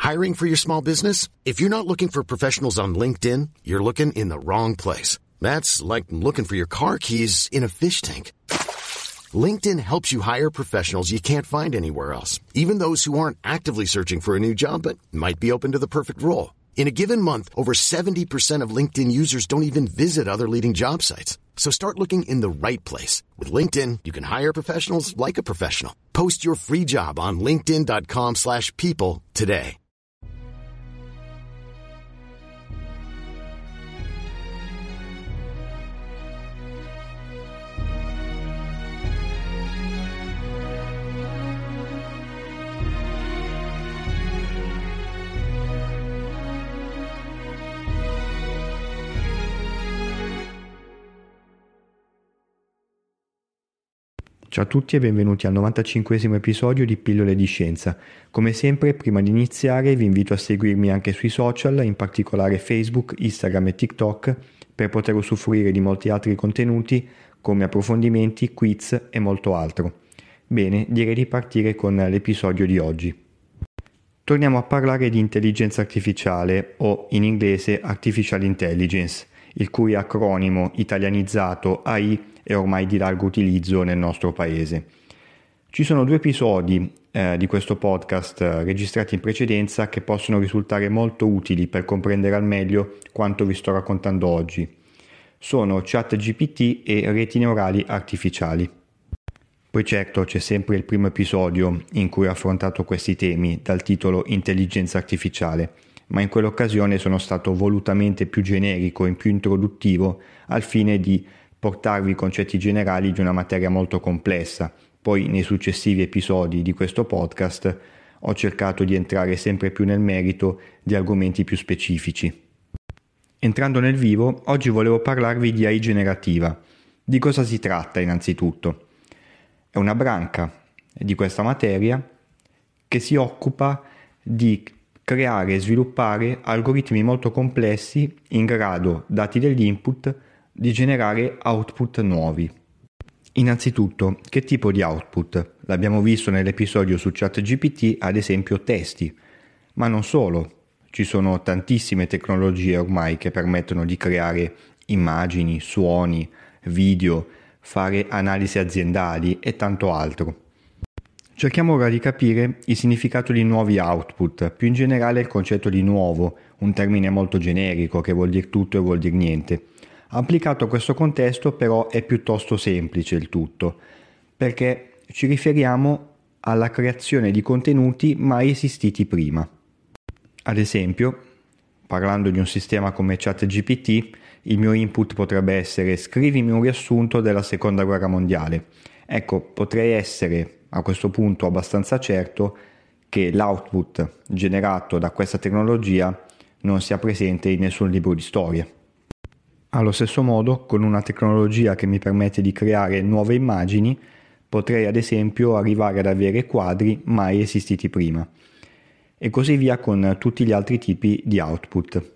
Hiring for your small business? If you're not looking for professionals on LinkedIn, you're looking in the wrong place. That's like looking for your car keys in a fish tank. LinkedIn helps you hire professionals you can't find anywhere else, even those who aren't actively searching for a new job but might be open to the perfect role. In a given month, over 70% of LinkedIn users don't even visit other leading job sites. So start looking in the right place. With LinkedIn, you can hire professionals like a professional. Post your free job on linkedin.com/people today. Ciao a tutti e benvenuti al 95esimo episodio di Pillole di Scienza. Come sempre, prima di iniziare vi invito a seguirmi anche sui social, in particolare Facebook, Instagram e TikTok, per poter usufruire di molti altri contenuti come approfondimenti, quiz e molto altro. Bene, direi di partire con l'episodio di oggi. Torniamo a parlare di intelligenza artificiale o in inglese Artificial Intelligence, il cui acronimo italianizzato AI è ormai di largo utilizzo nel nostro paese. Ci sono due episodi di questo podcast registrati in precedenza che possono risultare molto utili per comprendere al meglio quanto vi sto raccontando oggi. Sono ChatGPT e reti neurali artificiali. Poi certo c'è sempre il primo episodio in cui ho affrontato questi temi dal titolo Intelligenza artificiale, ma in quell'occasione sono stato volutamente più generico e più introduttivo al fine di portarvi i concetti generali di una materia molto complessa. Poi nei successivi episodi di questo podcast ho cercato di entrare sempre più nel merito di argomenti più specifici. Entrando nel vivo, oggi volevo parlarvi di AI generativa. Di cosa si tratta innanzitutto? È una branca di questa materia che si occupa di creare e sviluppare algoritmi molto complessi in grado, dati degli input, di generare output nuovi. Innanzitutto, che tipo di output? L'abbiamo visto nell'episodio su ChatGPT, ad esempio testi, ma non solo. Ci sono tantissime tecnologie ormai che permettono di creare immagini, suoni, video, fare analisi aziendali e tanto altro. Cerchiamo ora di capire il significato di nuovi output, più in generale il concetto di nuovo, un termine molto generico che vuol dire tutto e vuol dire niente. Applicato a questo contesto però è piuttosto semplice il tutto, perché ci riferiamo alla creazione di contenuti mai esistiti prima. Ad esempio, parlando di un sistema come ChatGPT, il mio input potrebbe essere: scrivimi un riassunto della Seconda Guerra Mondiale. Ecco, potrei essere a questo punto abbastanza certo che l'output generato da questa tecnologia non sia presente in nessun libro di storia. Allo stesso modo, con una tecnologia che mi permette di creare nuove immagini, potrei ad esempio arrivare ad avere quadri mai esistiti prima. E così via con tutti gli altri tipi di output.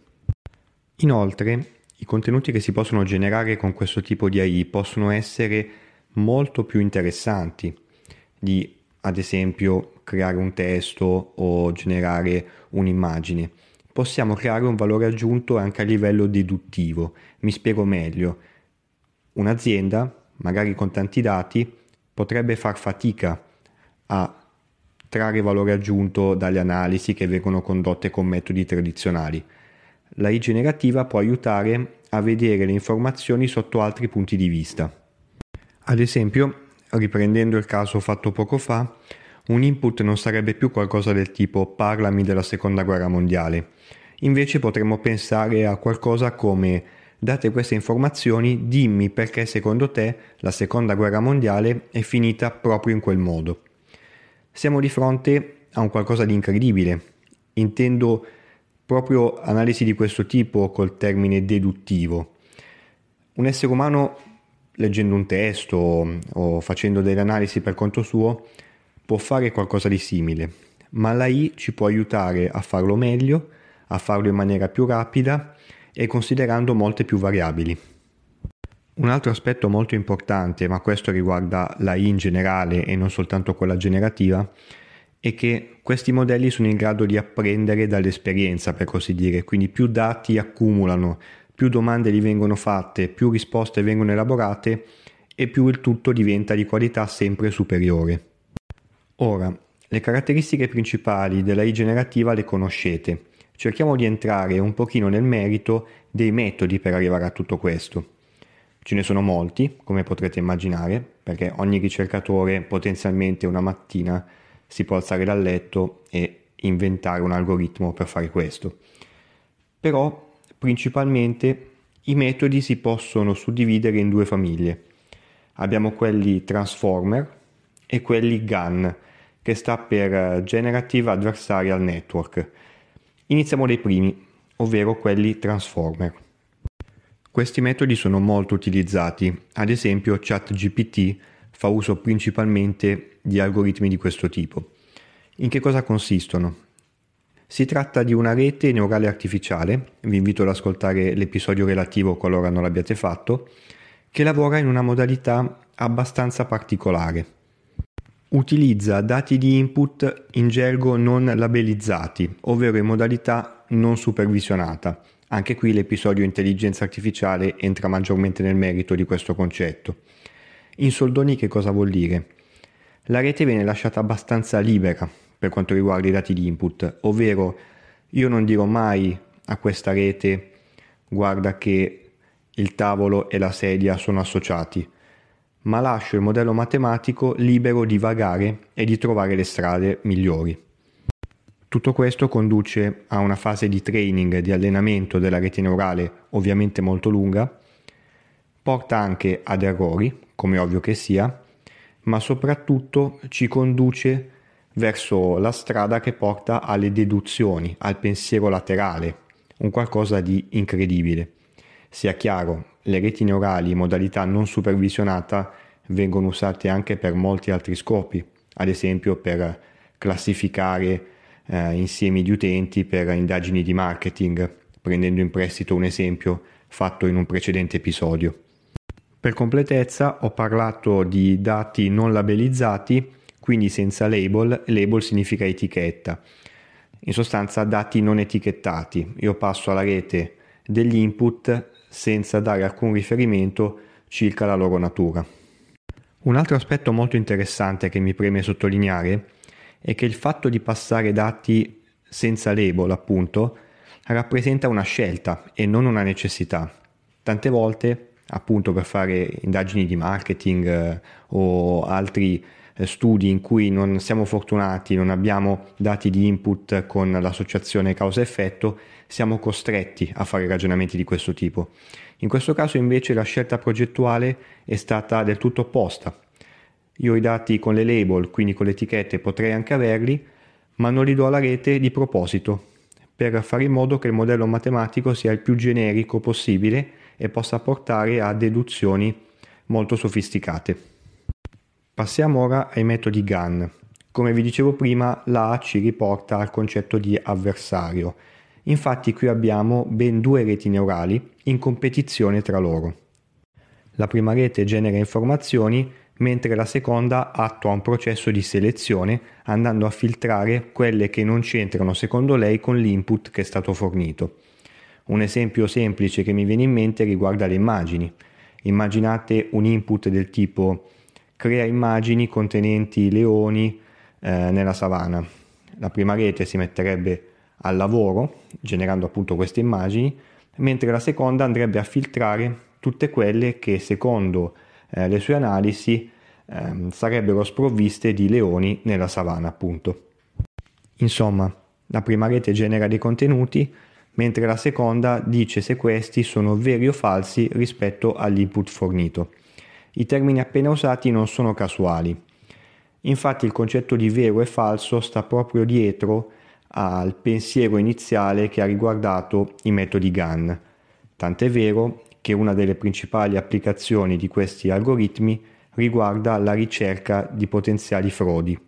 Inoltre, i contenuti che si possono generare con questo tipo di AI possono essere molto più interessanti di, ad esempio, creare un testo o generare un'immagine. Possiamo creare un valore aggiunto anche a livello deduttivo. Mi spiego meglio. Un'azienda, magari con tanti dati, potrebbe far fatica a trarre valore aggiunto dalle analisi che vengono condotte con metodi tradizionali. L'AI generativa può aiutare a vedere le informazioni sotto altri punti di vista. Ad esempio, riprendendo il caso fatto poco fa, un input non sarebbe più qualcosa del tipo parlami della Seconda Guerra Mondiale. Invece potremmo pensare a qualcosa come: date queste informazioni, dimmi perché secondo te la Seconda Guerra Mondiale è finita proprio in quel modo. Siamo di fronte a un qualcosa di incredibile. Intendo proprio analisi di questo tipo col termine deduttivo. Un essere umano, leggendo un testo o facendo delle analisi per conto suo, può fare qualcosa di simile, ma l'AI ci può aiutare a farlo meglio, a farlo in maniera più rapida e considerando molte più variabili. Un altro aspetto molto importante, ma questo riguarda l'AI in generale e non soltanto quella generativa, è che questi modelli sono in grado di apprendere dall'esperienza, per così dire, quindi più dati accumulano, più domande gli vengono fatte, più risposte vengono elaborate e più il tutto diventa di qualità sempre superiore. Ora, le caratteristiche principali della generativa le conoscete. Cerchiamo di entrare un pochino nel merito dei metodi per arrivare a tutto questo. Ce ne sono molti, come potrete immaginare, perché ogni ricercatore potenzialmente una mattina si può alzare dal letto e inventare un algoritmo per fare questo. Però, principalmente, i metodi si possono suddividere in due famiglie. Abbiamo quelli Transformer e quelli GAN, che sta per Generative Adversarial Network. Iniziamo dai primi, ovvero quelli Transformer. Questi metodi sono molto utilizzati, ad esempio ChatGPT fa uso principalmente di algoritmi di questo tipo. In che cosa consistono? Si tratta di una rete neurale artificiale, vi invito ad ascoltare l'episodio relativo qualora non l'abbiate fatto, che lavora in una modalità abbastanza particolare. Utilizza dati di input in gergo non labellizzati, ovvero in modalità non supervisionata. Anche qui l'episodio intelligenza artificiale entra maggiormente nel merito di questo concetto. In soldoni che cosa vuol dire? La rete viene lasciata abbastanza libera per quanto riguarda i dati di input, ovvero io non dirò mai a questa rete guarda che il tavolo e la sedia sono associati, ma lascio il modello matematico libero di vagare e di trovare le strade migliori. Tutto questo conduce a una fase di training, di allenamento della rete neurale ovviamente molto lunga, porta anche ad errori, come ovvio che sia, ma soprattutto ci conduce verso la strada che porta alle deduzioni, al pensiero laterale, un qualcosa di incredibile. Sia chiaro, le reti neurali in modalità non supervisionata vengono usate anche per molti altri scopi, ad esempio per classificare insiemi di utenti per indagini di marketing, prendendo in prestito un esempio fatto in un precedente episodio. Per completezza ho parlato di dati non labellizzati, quindi senza label. Label significa etichetta, in sostanza dati non etichettati. Io passo alla rete degli input senza dare alcun riferimento circa la loro natura. Un altro aspetto molto interessante che mi preme sottolineare è che il fatto di passare dati senza label, appunto, rappresenta una scelta e non una necessità. Tante volte, appunto, per fare indagini di marketing o altri studi in cui non siamo fortunati, non abbiamo dati di input con l'associazione causa-effetto, siamo costretti a fare ragionamenti di questo tipo. In questo caso invece la scelta progettuale è stata del tutto opposta. Io i dati con le label, quindi con le etichette, potrei anche averli, ma non li do alla rete di proposito, per fare in modo che il modello matematico sia il più generico possibile e possa portare a deduzioni molto sofisticate. Passiamo ora ai metodi GAN. Come vi dicevo prima, la A ci riporta al concetto di avversario. Infatti qui abbiamo ben due reti neurali in competizione tra loro. La prima rete genera informazioni, mentre la seconda attua un processo di selezione andando a filtrare quelle che non c'entrano secondo lei con l'input che è stato fornito. Un esempio semplice che mi viene in mente riguarda le immagini. Immaginate un input del tipo crea immagini contenenti leoni nella savana. La prima rete si metterebbe al lavoro generando appunto queste immagini, mentre la seconda andrebbe a filtrare tutte quelle che secondo le sue analisi sarebbero sprovviste di leoni nella savana, appunto. Insomma, la prima rete genera dei contenuti, mentre la seconda dice se questi sono veri o falsi rispetto all'input fornito. I termini appena usati non sono casuali. Infatti il concetto di vero e falso sta proprio dietro al pensiero iniziale che ha riguardato i metodi GAN. Tant'è vero che una delle principali applicazioni di questi algoritmi riguarda la ricerca di potenziali frodi.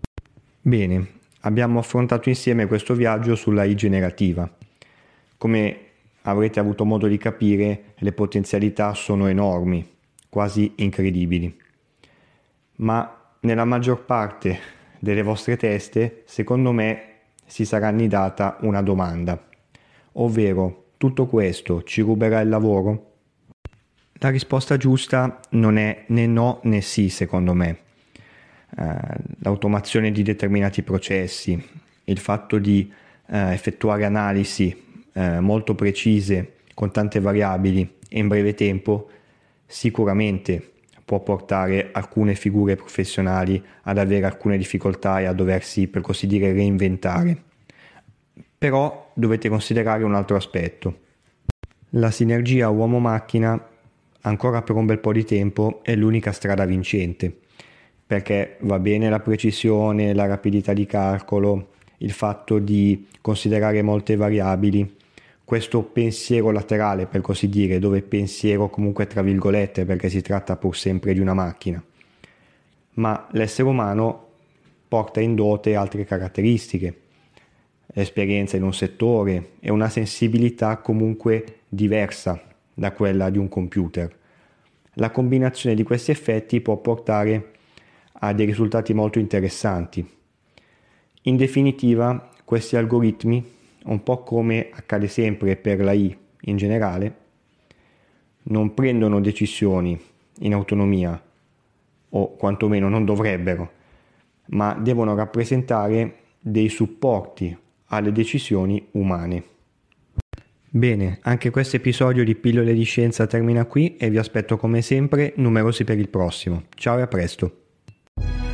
Bene, abbiamo affrontato insieme questo viaggio sulla AI generativa. Come avrete avuto modo di capire, le potenzialità sono enormi, quasi incredibili. Ma nella maggior parte delle vostre teste, secondo me si sarà annidata una domanda, ovvero: tutto questo ci ruberà il lavoro? La risposta giusta non è né no né sì, secondo me. L'automazione di determinati processi, il fatto di effettuare analisi molto precise con tante variabili e in breve tempo sicuramente può portare alcune figure professionali ad avere alcune difficoltà e a doversi, per così dire, reinventare. Però dovete considerare un altro aspetto. La sinergia uomo-macchina ancora per un bel po' di tempo è l'unica strada vincente, perché va bene la precisione, la rapidità di calcolo, il fatto di considerare molte variabili, questo pensiero laterale, per così dire, dove pensiero comunque tra virgolette, perché si tratta pur sempre di una macchina, ma l'essere umano porta in dote altre caratteristiche, esperienza in un settore e una sensibilità comunque diversa da quella di un computer. La combinazione di questi effetti può portare a dei risultati molto interessanti. In definitiva, questi algoritmi, un po' come accade sempre per la AI in generale, non prendono decisioni in autonomia, o quantomeno non dovrebbero, ma devono rappresentare dei supporti alle decisioni umane. Bene, anche questo episodio di Pillole di Scienza termina qui e vi aspetto come sempre numerosi per il prossimo. Ciao e a presto!